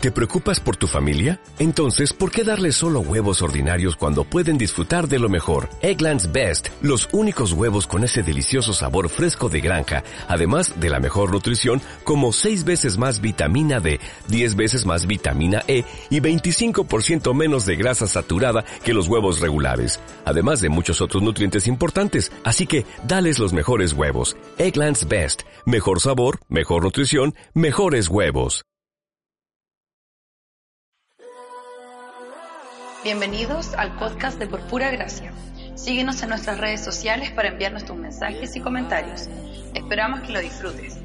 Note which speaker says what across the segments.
Speaker 1: ¿Te preocupas por tu familia? Entonces, ¿por qué darles solo huevos ordinarios cuando pueden disfrutar de lo mejor? Eggland's Best, los únicos huevos con ese delicioso sabor fresco de granja, además de la mejor nutrición, como 6 veces más vitamina D, 10 veces más vitamina E y 25% menos de grasa saturada que los huevos regulares, además de muchos otros nutrientes importantes. Así que, dales los mejores huevos. Eggland's Best, mejor sabor, mejor nutrición, mejores huevos.
Speaker 2: Bienvenidos al podcast de Por Pura Gracia. Síguenos en nuestras redes sociales para enviarnos tus mensajes y comentarios. Esperamos que lo disfrutes.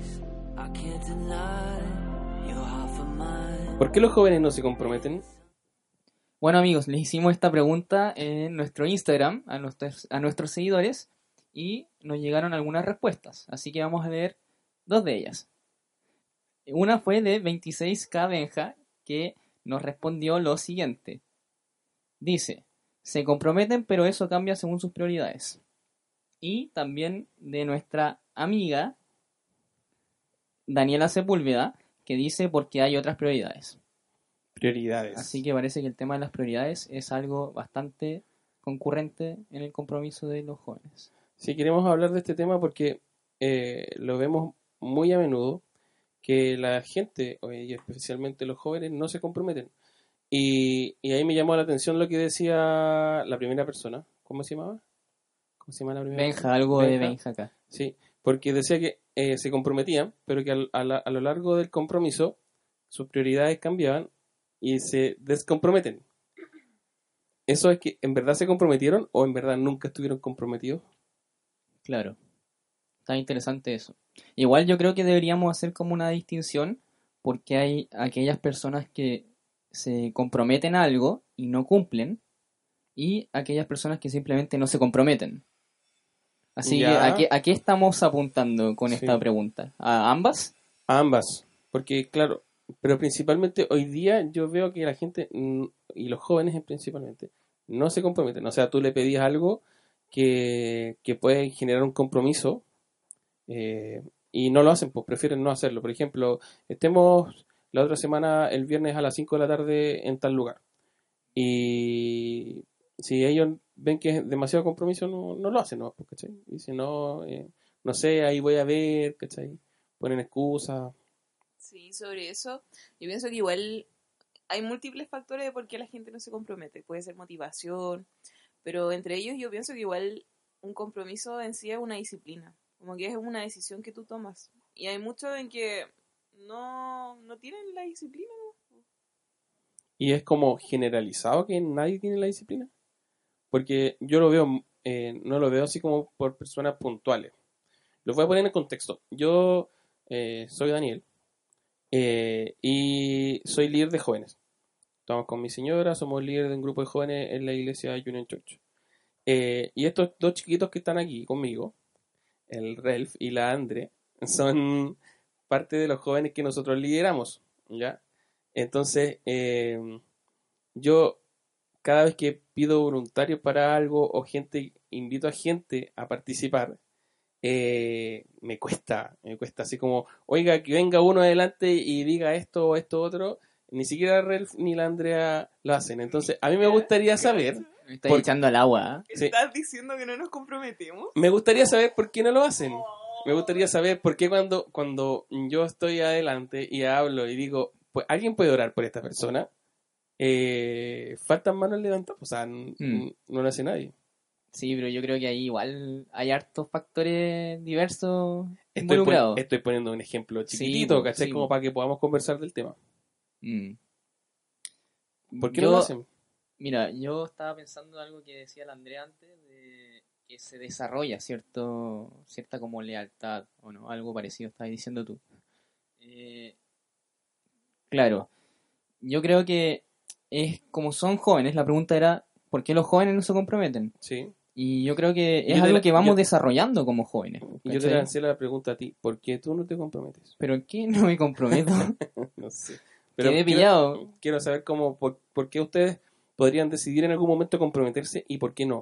Speaker 3: ¿Por qué los jóvenes no se comprometen?
Speaker 4: Bueno, amigos, les hicimos esta pregunta en nuestro Instagram a nuestros seguidores y nos llegaron algunas respuestas. Así que vamos a leer 2 de ellas. Una fue de 26K Benja, que nos respondió lo siguiente. Dice, se comprometen pero eso cambia según sus prioridades. Y también de nuestra amiga Daniela Sepúlveda, que dice porque hay otras prioridades. Así que parece que el tema de las prioridades es algo bastante concurrente en el compromiso de los jóvenes.
Speaker 3: Sí, queremos hablar de este tema porque lo vemos muy a menudo, que la gente, y especialmente los jóvenes, no se comprometen. Y ahí me llamó la atención lo que decía la primera persona. ¿Cómo se llamaba? ¿Cómo se llama la primera
Speaker 4: Benja,
Speaker 3: persona?
Speaker 4: algo Benja. De Benja acá.
Speaker 3: Sí, porque decía que se comprometían, pero que a lo largo del compromiso sus prioridades cambiaban y se descomprometen. ¿Eso es que en verdad se comprometieron o en verdad nunca estuvieron comprometidos?
Speaker 4: Claro, está interesante eso. Igual yo creo que deberíamos hacer como una distinción, porque hay aquellas personas que se comprometen a algo y no cumplen, y aquellas personas que simplemente no se comprometen. Así
Speaker 3: ya.
Speaker 4: Que ¿a qué estamos apuntando con esta pregunta? ¿A ambas?
Speaker 3: A ambas, porque claro, pero principalmente hoy día yo veo que la gente, y los jóvenes principalmente, no se comprometen. O sea, tú le pedís algo que puede generar un compromiso y no lo hacen, pues prefieren no hacerlo. Por ejemplo, estemos la otra semana, el viernes a las 5 de la tarde en tal lugar. Y si ellos ven que es demasiado compromiso, no lo hacen, ¿no? ¿Cachai? Y si no, no sé, ahí voy a ver, ¿cachai? Ponen excusas.
Speaker 5: Sí, sobre eso, yo pienso que igual hay múltiples factores de por qué la gente no se compromete. Puede ser motivación, pero entre ellos yo pienso que igual un compromiso en sí es una disciplina. Como que es una decisión que tú tomas. Y hay muchos en que no tienen la disciplina, ¿no?
Speaker 3: Y es como generalizado que nadie tiene la disciplina. Porque yo lo veo, no lo veo así como por personas puntuales. Los voy a poner en contexto. Yo soy Daniel y soy líder de jóvenes. Estamos con mi señora, somos líderes de un grupo de jóvenes en la iglesia Union Church. Y estos 2 chiquitos que están aquí conmigo, el Ralph y la Andre, son parte de los jóvenes que nosotros lideramos, ¿ya? Entonces, yo cada vez que pido voluntarios para algo o invito a gente a participar, me cuesta así como, oiga, que venga uno adelante y diga esto o esto otro. Ni siquiera Ralph ni la Andrea lo hacen. Entonces, a mí me gustaría saber...
Speaker 4: Me estás echando al agua, ¿eh?
Speaker 3: Sí.
Speaker 5: ¿Estás diciendo que no nos comprometemos?
Speaker 3: Me gustaría saber por qué no lo hacen. Me gustaría saber por qué cuando yo estoy adelante y hablo y digo, pues alguien puede orar por esta persona, faltan manos levantadas, o sea, no lo hace nadie.
Speaker 4: Sí, pero yo creo que ahí igual hay hartos factores diversos involucrados.
Speaker 3: Estoy poniendo un ejemplo chiquitito,
Speaker 4: sí,
Speaker 3: ¿cachai?
Speaker 4: Sí.
Speaker 3: Como para que podamos conversar del tema. ¿Por qué no lo hacen?
Speaker 4: Mira, yo estaba pensando en algo que decía la Andrea antes, de que se desarrolla cierta como lealtad, o no, algo parecido estabas diciendo tú. Claro, yo creo que es como son jóvenes, la pregunta era, ¿por qué los jóvenes no se comprometen?
Speaker 3: Sí.
Speaker 4: Y yo creo que es algo que vamos desarrollando como jóvenes.
Speaker 3: Y yo te lancé la pregunta a ti, ¿por qué tú no te comprometes?
Speaker 4: ¿Pero en qué no me comprometo?
Speaker 3: No sé. Pero
Speaker 4: Quedé pillado.
Speaker 3: Quiero saber por qué ustedes podrían decidir en algún momento comprometerse y por qué no.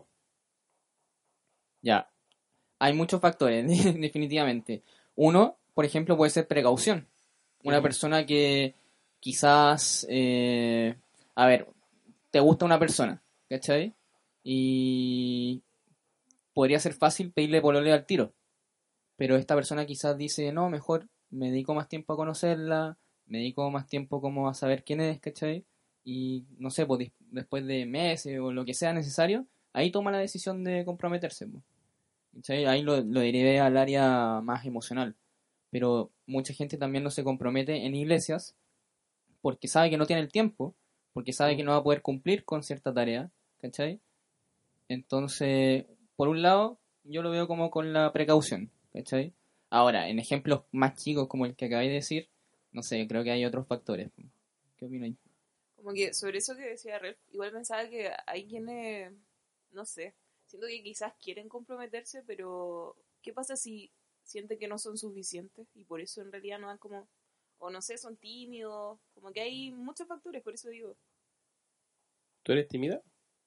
Speaker 4: Ya, hay muchos factores, definitivamente. Uno, por ejemplo, puede ser precaución. Una persona que quizás, a ver, te gusta una persona, ¿cachai? Y podría ser fácil pedirle pololeo al tiro, pero esta persona quizás dice, no, mejor me dedico más tiempo a conocerla, me dedico más tiempo como a saber quién es, ¿cachai? Y no sé, pues después de meses o lo que sea necesario, ahí toma la decisión de comprometerse, pues, ¿cachai? Ahí lo derivé al área más emocional, pero mucha gente también no se compromete en iglesias porque sabe que no tiene el tiempo, porque sabe que no va a poder cumplir con cierta tarea, ¿cachai? Entonces, por un lado, yo lo veo como con la precaución, ¿cachai? Ahora, en ejemplos más chicos como el que acabáis de decir, no sé, creo que hay otros factores. ¿Qué opináis?
Speaker 5: Como que sobre eso que decía Ralph, igual pensaba que hay quienes, no sé, siento que quizás quieren comprometerse, pero ¿qué pasa si sienten que no son suficientes y por eso en realidad no dan como, o no sé, son tímidos, como que hay muchos factores, por eso digo.
Speaker 3: ¿Tú eres tímida?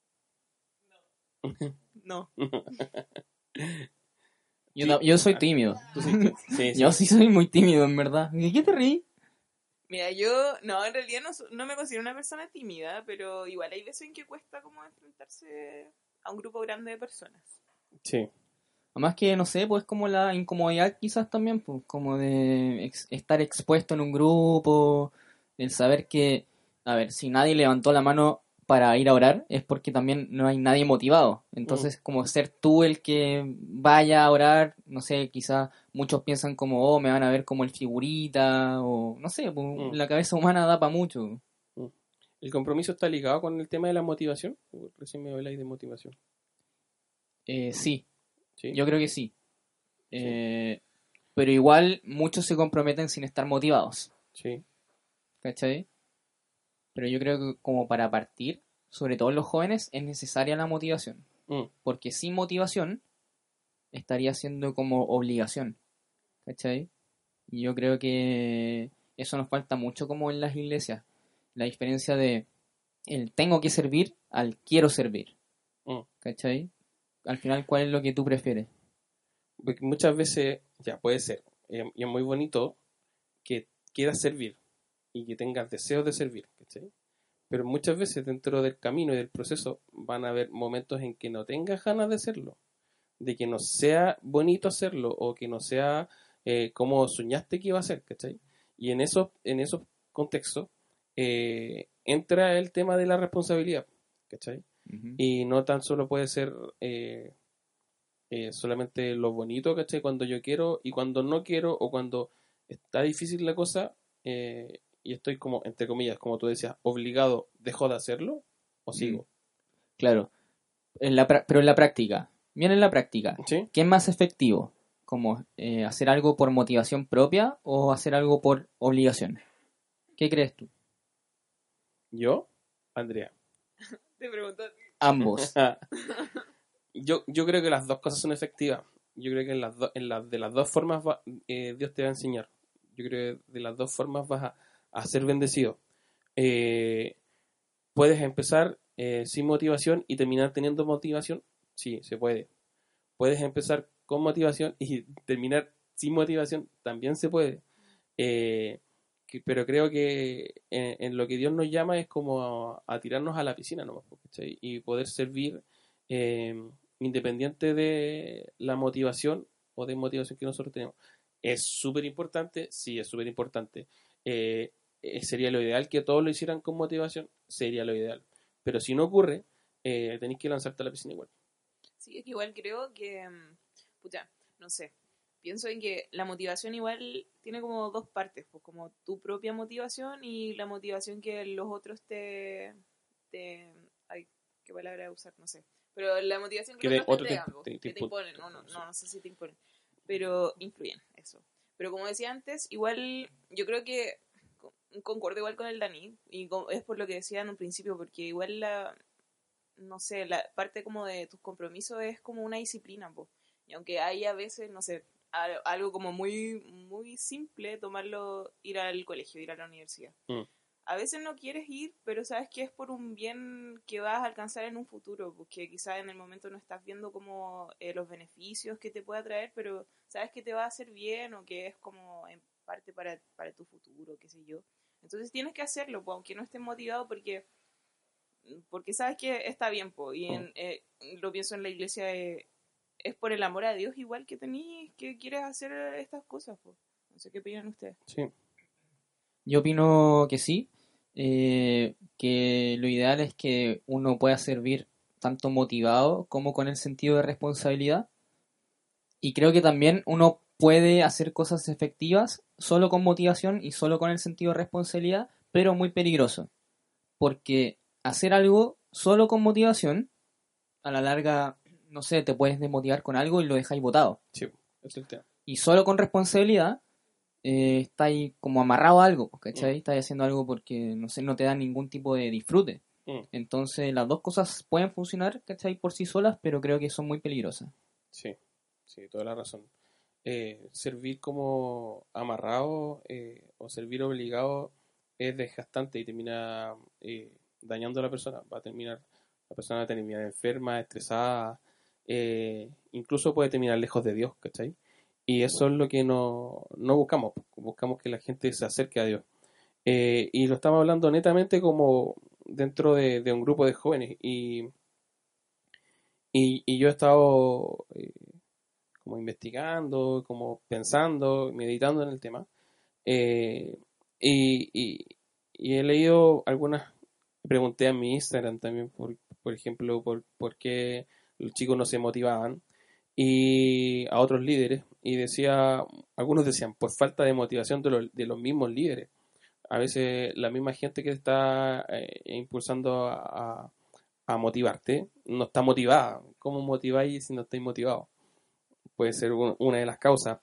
Speaker 5: No.
Speaker 4: Yo soy tímido.
Speaker 3: ¿Tú sí? Sí,
Speaker 4: Yo sí soy muy tímido, en verdad. ¿De qué te reí?
Speaker 5: Mira, yo, no, en realidad no me considero una persona tímida, pero igual hay veces en que cuesta como enfrentarse a un grupo grande de personas.
Speaker 3: Sí.
Speaker 4: Además que, no sé, pues como la incomodidad quizás también, pues como de estar expuesto en un grupo, el saber que, a ver, si nadie levantó la mano para ir a orar, es porque también no hay nadie motivado. Entonces, como ser tú el que vaya a orar, no sé, quizás muchos piensan como, oh, me van a ver como el figurita, o no sé, pues, la cabeza humana da para mucho.
Speaker 3: ¿El compromiso está ligado con el tema de la motivación? Recién me habláis de motivación.
Speaker 4: Sí,
Speaker 3: ¿Sí?
Speaker 4: yo creo que sí. Pero igual muchos se comprometen sin estar motivados,
Speaker 3: Sí.
Speaker 4: ¿cachai? Pero yo creo que como para partir, sobre todo en los jóvenes, es necesaria la motivación. Porque sin motivación estaría siendo como obligación, ¿cachai? Y yo creo que eso nos falta mucho como en las iglesias. La diferencia de el tengo que servir al quiero servir, ¿cachai? Al final, ¿cuál es lo que tú prefieres?
Speaker 3: Porque muchas veces, ya puede ser, y es muy bonito que quieras servir y que tengas deseos de servir, ¿cachai? Pero muchas veces dentro del camino y del proceso van a haber momentos en que no tengas ganas de hacerlo, de que no sea bonito hacerlo o que no sea como soñaste que iba a ser, ¿cachai? Y en esos contextos entra el tema de la responsabilidad, ¿cachai?
Speaker 4: Uh-huh.
Speaker 3: Y no tan solo puede ser solamente lo bonito, ¿cachai? Cuando yo quiero y cuando no quiero o cuando está difícil la cosa y estoy como, entre comillas, como tú decías, obligado, dejo de hacerlo o sigo.
Speaker 4: Claro, pero en la práctica, bien en la práctica,
Speaker 3: ¿Sí?
Speaker 4: ¿qué es más efectivo? ¿Como hacer algo por motivación propia o hacer algo por obligación? ¿Qué crees tú?
Speaker 3: ¿Yo? Andrea.
Speaker 5: Te pregunto.
Speaker 4: Ambos.
Speaker 3: Yo creo que las dos cosas son efectivas. Yo creo que de las dos formas Dios te va a enseñar. Yo creo que de las dos formas vas a ser bendecido. ¿Puedes empezar sin motivación y terminar teniendo motivación? Sí, se puede. ¿Puedes empezar con motivación y terminar sin motivación? También se puede. Pero creo que en lo que Dios nos llama es como a tirarnos a la piscina nomás, ¿cachai? Y poder servir independiente de la motivación o de motivación que nosotros tenemos. ¿Es súper importante? Sí, es súper importante. ¿Sería lo ideal que todos lo hicieran con motivación? Sería lo ideal. Pero si no ocurre, tenéis que lanzarte a la piscina igual.
Speaker 5: Sí, es que igual creo que, pucha, no sé, pienso en que la motivación igual tiene como dos partes, pues como tu propia motivación y la motivación que los otros ay, qué palabra usar, no sé, pero la motivación que los otros te pegan, que te imponen, no sé si te imponen, pero influyen, eso. Pero como decía antes, igual yo creo que concuerdo igual con el Dani, y es por lo que decía en un principio, porque igual no sé, la parte como de tus compromisos es como una disciplina, po. Y aunque hay a veces, no sé, algo como muy, muy simple, tomarlo, ir al colegio, ir a la universidad. A veces no quieres ir, pero sabes que es por un bien que vas a alcanzar en un futuro, porque quizás en el momento no estás viendo como los beneficios que te pueda traer, pero sabes que te va a hacer bien o que es como en parte para tu futuro, qué sé yo. Entonces tienes que hacerlo, po, aunque no estés motivado, porque sabes que está bien, po, y lo pienso en la iglesia, es por el amor a Dios igual que quieres hacer estas cosas, po. No sé qué opinan ustedes.
Speaker 3: Sí.
Speaker 4: Yo opino que sí, que lo ideal es que uno pueda servir tanto motivado como con el sentido de responsabilidad. Y creo que también uno puede hacer cosas efectivas solo con motivación y solo con el sentido de responsabilidad, pero muy peligroso. Porque hacer algo solo con motivación, a la larga, no sé, te puedes desmotivar con algo y lo dejáis botado.
Speaker 3: Sí, es el tema.
Speaker 4: Y solo con responsabilidad, estáis como amarrado a algo, ¿cachai? Estáis haciendo algo porque, no sé, no te da ningún tipo de disfrute. Entonces, las dos cosas pueden funcionar, ¿cachai? Por sí solas, pero creo que son muy peligrosas.
Speaker 3: Sí, toda la razón. Servir como amarrado o servir obligado es desgastante y termina dañando a la persona. La persona va a terminar enferma, estresada, incluso puede terminar lejos de Dios, ¿cachai? Y eso es lo que no buscamos. Buscamos que la gente se acerque a Dios. Y lo estamos hablando netamente como dentro de un grupo de jóvenes. Y yo he estado como investigando, como pensando, meditando en el tema. Y he leído algunas, pregunté a mi Instagram también, por ejemplo, por qué los chicos no se motivaban, y a otros líderes, y algunos decían, por falta de motivación de los mismos líderes. A veces la misma gente que está impulsando a motivarte, no está motivada. ¿Cómo motiváis si no estáis motivados? Puede ser una de las causas.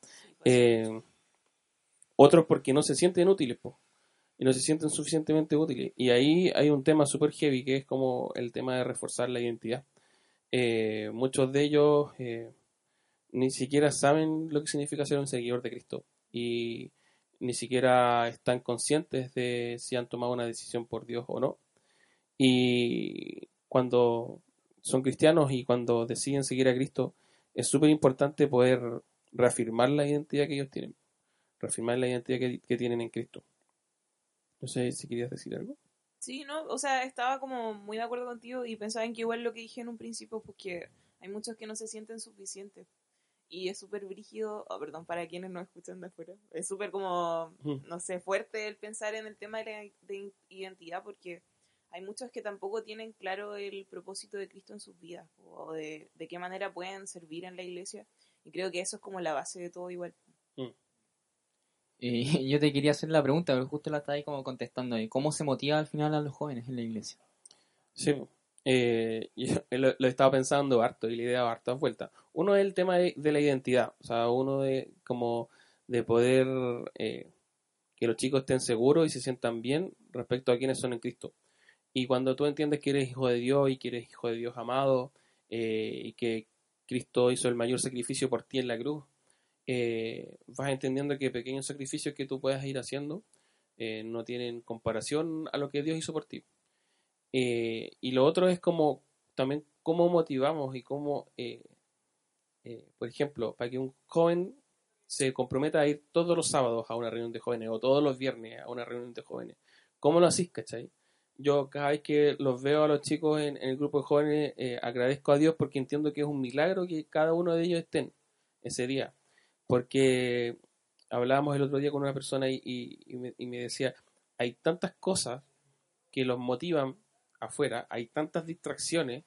Speaker 3: Otros porque no se sienten útiles, y no se sienten suficientemente útiles. Y ahí hay un tema súper heavy, que es como el tema de reforzar la identidad. Muchos de ellos ni siquiera saben lo que significa ser un seguidor de Cristo, y ni siquiera están conscientes de si han tomado una decisión por Dios o no. Y cuando son cristianos y cuando deciden seguir a Cristo, es súper importante poder reafirmar la identidad que ellos tienen, reafirmar la identidad que tienen en Cristo. No sé si querías decir algo.
Speaker 5: Sí, no, o sea, estaba como muy de acuerdo contigo y pensaba en que igual lo que dije en un principio, porque hay muchos que no se sienten suficientes. Y es súper brígido, perdón, para quienes no escuchan de afuera, es súper como, no sé, fuerte el pensar en el tema de identidad, porque hay muchos que tampoco tienen claro el propósito de Cristo en sus vidas, o de qué manera pueden servir en la iglesia, y creo que eso es como la base de todo igual.
Speaker 4: Yo te quería hacer la pregunta, pero justo la estaba ahí como contestando. ¿Cómo se motiva al final a los jóvenes en la iglesia?
Speaker 3: Sí, yo lo he estado pensando harto y la idea harto vuelta. Uno es el tema de la identidad, o sea, uno de como de poder que los chicos estén seguros y se sientan bien respecto a quiénes son en Cristo. Y cuando tú entiendes que eres hijo de Dios y que eres hijo de Dios amado, y que Cristo hizo el mayor sacrificio por ti en la cruz, vas entendiendo que pequeños sacrificios que tú puedas ir haciendo no tienen comparación a lo que Dios hizo por ti. Y lo otro es como también cómo motivamos y cómo, por ejemplo, para que un joven se comprometa a ir todos los sábados a una reunión de jóvenes o todos los viernes a una reunión de jóvenes. ¿Cómo lo hacís, cachai? Yo cada vez que los veo a los chicos en el grupo de jóvenes, agradezco a Dios porque entiendo que es un milagro que cada uno de ellos estén ese día. Porque hablábamos el otro día con una persona y me decía, hay tantas cosas que los motivan afuera, hay tantas distracciones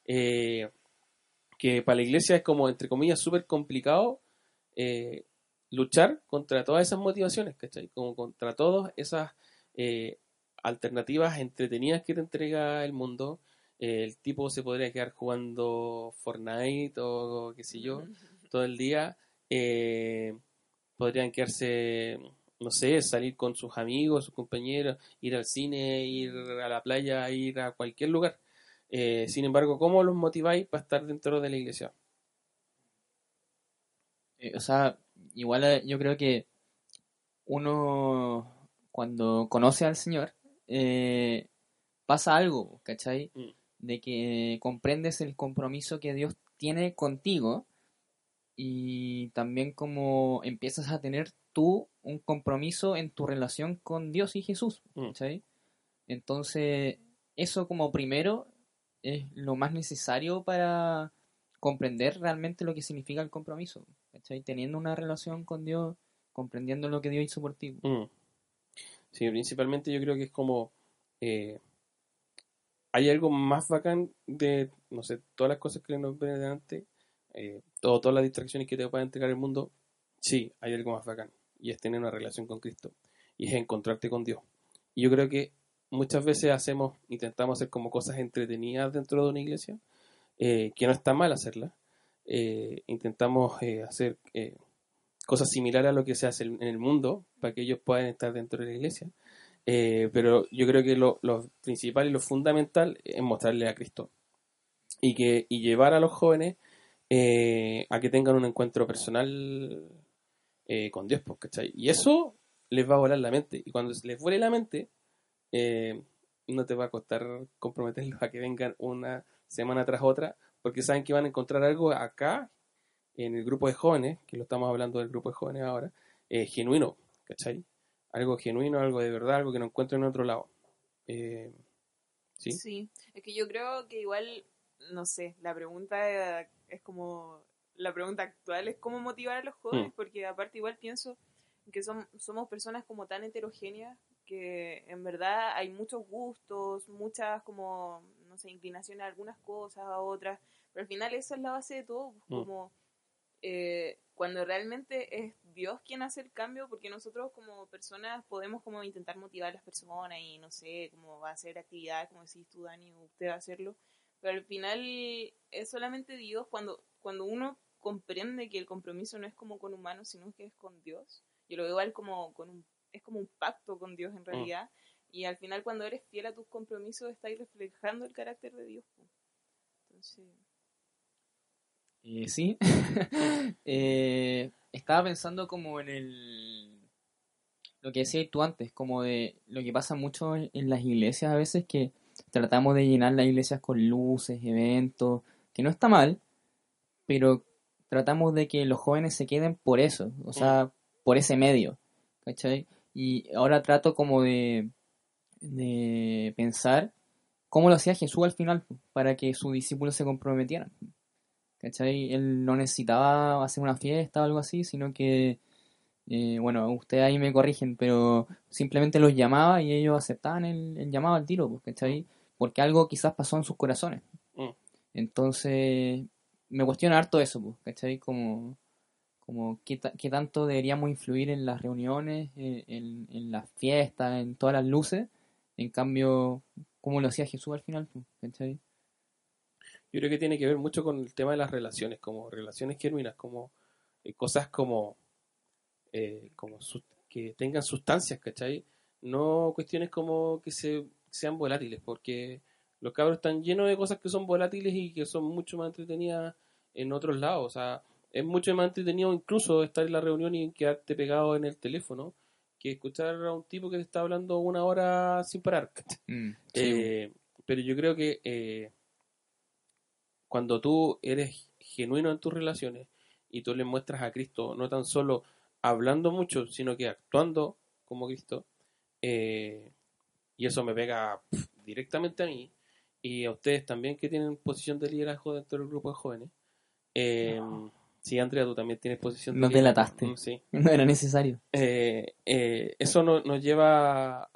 Speaker 3: que para la iglesia es como, entre comillas, súper complicado luchar contra todas esas motivaciones, ¿cachai? Como contra todas esas alternativas entretenidas que te entrega el mundo. El tipo se podría quedar jugando Fortnite o qué sé yo todo el día. Podrían quedarse, no sé, salir con sus amigos, sus compañeros, ir al cine, ir a la playa, ir a cualquier lugar. Sin embargo, ¿cómo los motiváis para estar dentro de la iglesia?
Speaker 4: O sea, igual yo creo que uno cuando conoce al Señor pasa algo, ¿cachai? De que comprendes el compromiso que Dios tiene contigo y también como empiezas a tener tú un compromiso en tu relación con Dios y Jesús, ¿cachai? Entonces, eso como primero es lo más necesario para comprender realmente lo que significa el compromiso, ¿cachai? Teniendo una relación con Dios, comprendiendo lo que Dios hizo por ti.
Speaker 3: Sí, principalmente yo creo que es como hay algo más bacán de, no sé, todas las cosas que nos ven delante, todas las distracciones que te pueda entregar el mundo. Sí, hay algo más bacán, y es tener una relación con Cristo, y es encontrarte con Dios. Y yo creo que muchas veces intentamos hacer como cosas entretenidas dentro de una iglesia, que no está mal hacerlas. Intentamos hacer cosas similares a lo que se hace en el mundo para que ellos puedan estar dentro de la iglesia. Pero yo creo que lo principal y lo fundamental es mostrarles a Cristo y llevar a los jóvenes a que tengan un encuentro personal con Dios, pues, ¿cachai? Y eso les va a volar la mente, y cuando les vuele la mente, no te va a costar comprometerlos a que vengan una semana tras otra, porque saben que van a encontrar algo acá en el grupo de jóvenes, que lo estamos hablando del grupo de jóvenes ahora, genuino, ¿cachai? Algo genuino, algo de verdad, algo que no encuentren en otro lado. ¿Sí?
Speaker 5: Sí, es que yo creo que igual, no sé, la pregunta es como, la pregunta actual es cómo motivar a los jóvenes, porque aparte igual pienso que somos personas como tan heterogéneas que en verdad hay muchos gustos, muchas como, no sé, inclinaciones a algunas cosas, a otras, pero al final esa es la base de todo, como cuando realmente es Dios quien hace el cambio, porque nosotros como personas podemos como intentar motivar a las personas y no sé, cómo va a hacer actividades, como decís tú, Dani, usted va a hacerlo, pero al final es solamente Dios cuando uno comprende que el compromiso no es como con humanos, sino que es con Dios. Yo lo veo igual como es como un pacto con Dios en realidad, y al final cuando eres fiel a tus compromisos estás reflejando el carácter de Dios. Entonces...
Speaker 4: Sí. Estaba pensando como en lo que decías tú antes, como de lo que pasa mucho en las iglesias a veces, que tratamos de llenar las iglesias con luces, eventos, que no está mal, pero tratamos de que los jóvenes se queden por eso, o sea, por ese medio, ¿cachai? Y ahora trato como de pensar cómo lo hacía Jesús al final, para que sus discípulos se comprometieran. ¿Cachai? Él no necesitaba hacer una fiesta o algo así, sino que, bueno, ustedes ahí me corrigen, pero simplemente los llamaba y ellos aceptaban el llamado al tiro, pues, ¿cachai? Porque algo quizás pasó en sus corazones. Entonces, me cuestiona harto eso, pues, ¿cachai? Como qué tanto deberíamos influir en las reuniones, en las fiestas, en todas las luces. En cambio, ¿cómo lo hacía Jesús al final, pues, ¿cachai?
Speaker 3: Yo creo que tiene que ver mucho con el tema de las relaciones, como relaciones genuinas, como cosas como que tengan sustancias, ¿cachai? No cuestiones como que sean volátiles, porque los cabros están llenos de cosas que son volátiles y que son mucho más entretenidas en otros lados. O sea, es mucho más entretenido incluso estar en la reunión y quedarte pegado en el teléfono que escuchar a un tipo que te está hablando 1 hora sin parar.
Speaker 4: Sí.
Speaker 3: Pero yo creo que cuando tú eres genuino en tus relaciones y tú le muestras a Cristo, no tan solo hablando mucho, sino que actuando como Cristo, y eso me pega directamente a mí y a ustedes también que tienen posición de liderazgo dentro del grupo de jóvenes. Sí, Andrea, tú también tienes posición de liderazgo.
Speaker 4: No delataste.
Speaker 3: Sí.
Speaker 4: No era necesario.
Speaker 3: Eso nos lleva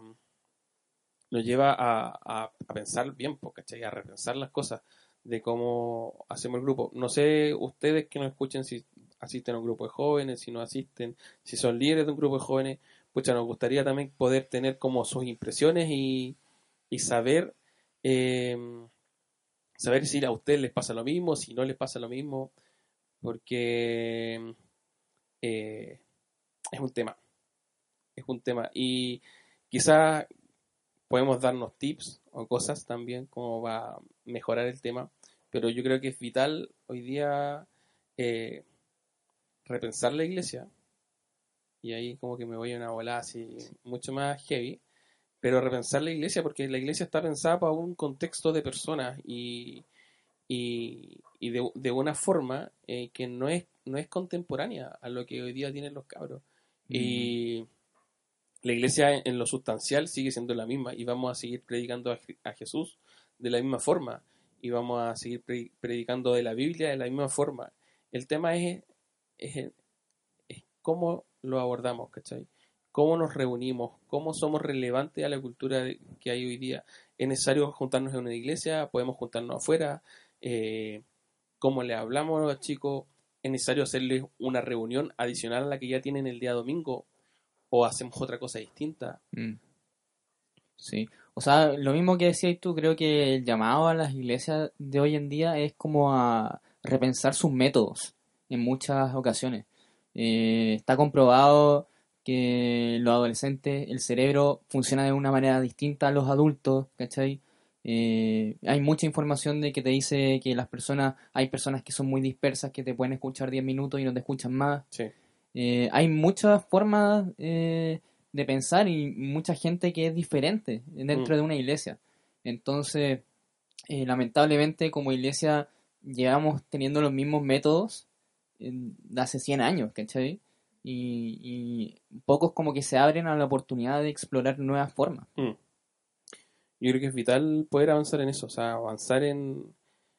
Speaker 3: a pensar bien, ¿cachai? A repensar las cosas de cómo hacemos el grupo. No sé, ustedes que nos escuchen, si asisten a un grupo de jóvenes, si no asisten, si son líderes de un grupo de jóvenes, pucha, nos gustaría también poder tener como sus impresiones y saber si a ustedes les pasa lo mismo, si no les pasa lo mismo, porque es un tema y quizás podemos darnos tips o cosas también como va a mejorar el tema, pero yo creo que es vital hoy día repensar la iglesia, y ahí como que me voy a una volada así mucho más heavy, pero repensar la iglesia porque la iglesia está pensada para un contexto de personas y de una forma que no es contemporánea a lo que hoy día tienen los cabros. Y la iglesia en lo sustancial sigue siendo la misma y vamos a seguir predicando a Jesús de la misma forma y vamos a seguir predicando de la Biblia de la misma forma. El tema es cómo lo abordamos, ¿cachai? Cómo nos reunimos, cómo somos relevantes a la cultura que hay hoy día. ¿Es necesario juntarnos en una iglesia? ¿Podemos juntarnos afuera? ¿Cómo le hablamos a los chicos? ¿Es necesario hacerles una reunión adicional a la que ya tienen el día domingo? ¿O hacemos otra cosa distinta?
Speaker 4: Sí, o sea, lo mismo que decías tú, creo que el llamado a las iglesias de hoy en día es como a repensar sus métodos en muchas ocasiones. Está comprobado que los adolescentes, el cerebro funciona de una manera distinta a los adultos, ¿cachai? Hay mucha información de que te dice que hay personas que son muy dispersas, que te pueden escuchar 10 minutos y no te escuchan más.
Speaker 3: Sí.
Speaker 4: Hay muchas formas de pensar y mucha gente que es diferente dentro de una iglesia. Entonces, lamentablemente como iglesia llevamos teniendo los mismos métodos de hace 100 años, ¿cachai? Y pocos como que se abren a la oportunidad de explorar nuevas formas.
Speaker 3: Yo creo que es vital poder avanzar en eso, o sea, avanzar en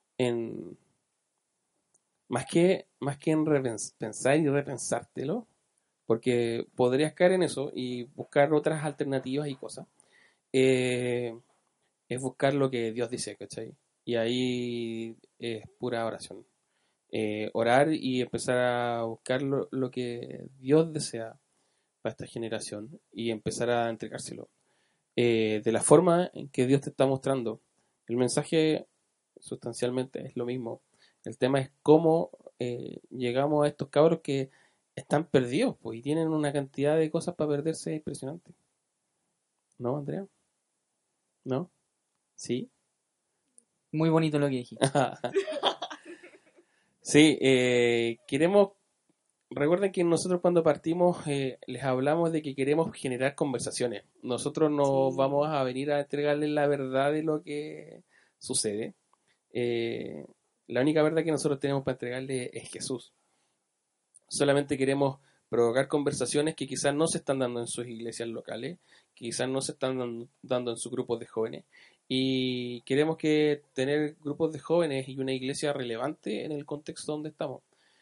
Speaker 3: más que en pensar y repensártelo, porque podrías caer en eso y buscar otras alternativas y cosas. Es buscar lo que Dios dice, ¿cachai? Y ahí es pura oración. Orar y empezar a buscar lo que Dios desea para esta generación y empezar a entregárselo. De la forma en que Dios te está mostrando. El mensaje sustancialmente es lo mismo. El tema es cómo llegamos a estos cabros que están perdidos, pues, y tienen una cantidad de cosas para perderse impresionante. ¿No, Andrea? ¿No? ¿Sí?
Speaker 4: Muy bonito lo que dijiste.
Speaker 3: Sí, recuerden que nosotros cuando partimos les hablamos de que queremos generar conversaciones. Nosotros no vamos a venir a entregarles la verdad de lo que sucede. La única verdad que nosotros tenemos para entregarles es Jesús. Solamente queremos provocar conversaciones que quizás no se están dando en sus iglesias locales, que quizás no se están dando en sus grupos de jóvenes. Y queremos tener grupos de jóvenes y una iglesia relevante en el contexto donde estamos.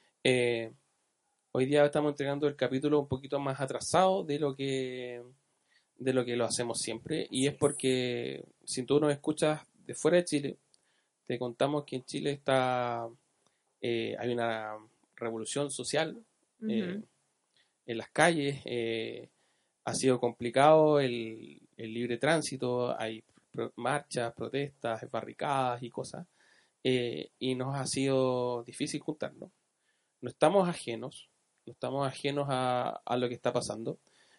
Speaker 3: Hoy día estamos entregando el capítulo un poquito más atrasado de lo que lo hacemos siempre, y es porque si tú nos escuchas de fuera de Chile, te contamos que en Chile hay una revolución social en las calles, ha sido complicado el libre tránsito, hay marchas, protestas, barricadas y cosas, y nos ha sido difícil juntarnos. No estamos ajenos a lo que está pasando.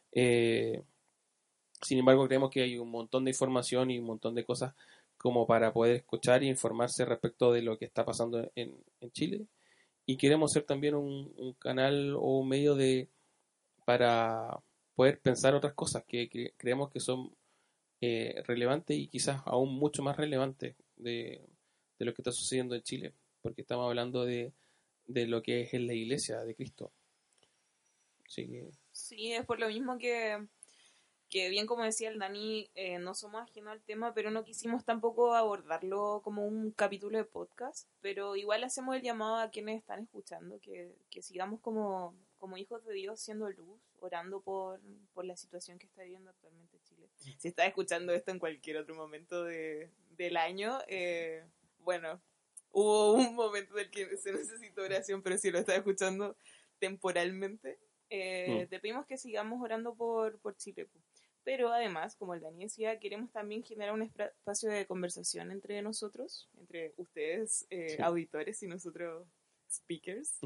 Speaker 3: Sin embargo, creemos que hay un montón de información y un montón de cosas como para poder escuchar e informarse respecto de lo que está pasando en Chile. Y queremos ser también un canal o un medio para poder pensar otras cosas que creemos que son relevantes y quizás aún mucho más relevantes de lo que está sucediendo en Chile, porque estamos hablando de lo que es en la iglesia de Cristo. Así que...
Speaker 5: Sí, es por lo mismo que bien como decía el Dani, no somos ajenos al tema, pero no quisimos tampoco abordarlo como un capítulo de podcast, pero igual hacemos el llamado a quienes están escuchando, que sigamos como hijos de Dios siendo luz, orando por la situación que está viviendo actualmente Chile. Si estás escuchando esto en cualquier otro momento del año, bueno, hubo un momento en el que se necesitó oración, pero si lo estás escuchando temporalmente, te pedimos que sigamos orando por Chile. Pero además, como el Dani decía, queremos también generar un espacio de conversación entre nosotros, entre ustedes,
Speaker 3: Sí.
Speaker 5: auditores, y nosotros, speakers.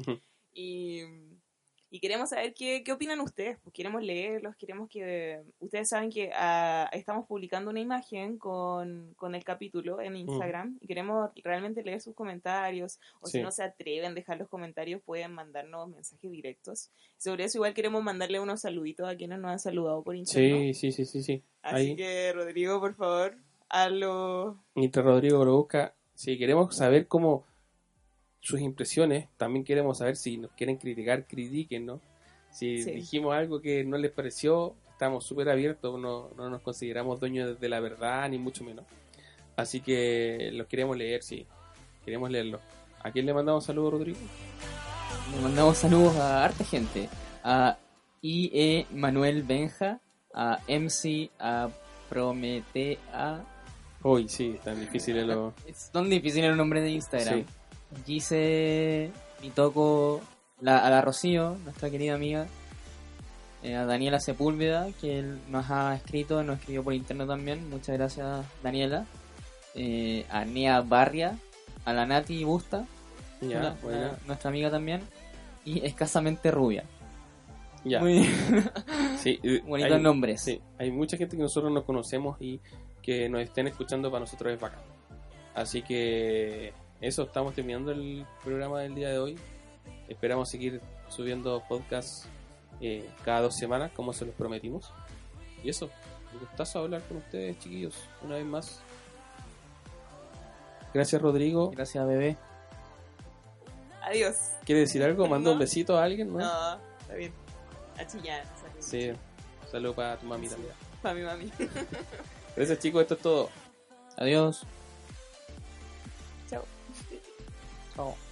Speaker 5: Y queremos saber qué opinan ustedes, pues queremos leerlos, queremos que... Ustedes saben que estamos publicando una imagen con el capítulo en Instagram y queremos realmente leer sus comentarios, o
Speaker 3: Sí.
Speaker 5: si no se atreven a dejar los comentarios, pueden mandarnos mensajes directos. Sobre eso igual queremos mandarle unos saluditos a quienes nos han saludado por internet.
Speaker 3: Sí.
Speaker 5: Así
Speaker 3: Ahí,
Speaker 5: que, Rodrigo, por favor, hazlo.
Speaker 3: mientras Rodrigo lo busca, si queremos saber cómo sus impresiones, también queremos saber si nos quieren criticar, critíquennos. Si
Speaker 5: Sí.
Speaker 3: dijimos algo que no les pareció, estamos súper abiertos, no nos consideramos dueños de la verdad, ni mucho menos. Así que los queremos leer, sí, queremos leerlo. ¿A quién le mandamos saludos, Rodrigo?
Speaker 4: Le mandamos saludos a harta gente. A IE Manuel Benja, a MC, a Prometea.
Speaker 3: Uy, sí, tan difíciles los...
Speaker 4: Son difíciles los nombres de Instagram.
Speaker 3: Sí.
Speaker 4: Gise, Mitoco, a la Rocío, nuestra querida amiga. A Daniela Sepúlveda, que él nos ha escrito, nos escribió por internet también. Muchas gracias, Daniela. A Nea Barria, a la Nati Busta,
Speaker 3: Ya, buena.
Speaker 4: nuestra amiga también. Y Escasamente Rubia.
Speaker 3: Ya.
Speaker 4: Muy
Speaker 3: Sí,
Speaker 4: bonitos nombres.
Speaker 3: Sí, hay mucha gente que nosotros no conocemos y que nos estén escuchando, para nosotros es bacán. Así que eso, estamos terminando el programa del día de hoy. Esperamos seguir subiendo podcasts cada 2 semanas, como se los prometimos. Y eso, un gustazo hablar con ustedes, chiquillos, una vez más. Gracias, Rodrigo.
Speaker 4: Gracias, bebé.
Speaker 5: Adiós.
Speaker 3: ¿Quiere decir algo? ¿Manda un
Speaker 5: No.
Speaker 3: besito a alguien? ¿No?
Speaker 5: No, está bien. A chillar.
Speaker 3: Sí, saludo para tu mami también.
Speaker 5: Para mi mami.
Speaker 3: Gracias, chicos, esto es todo.
Speaker 4: Adiós.
Speaker 5: Chao.
Speaker 3: Chao.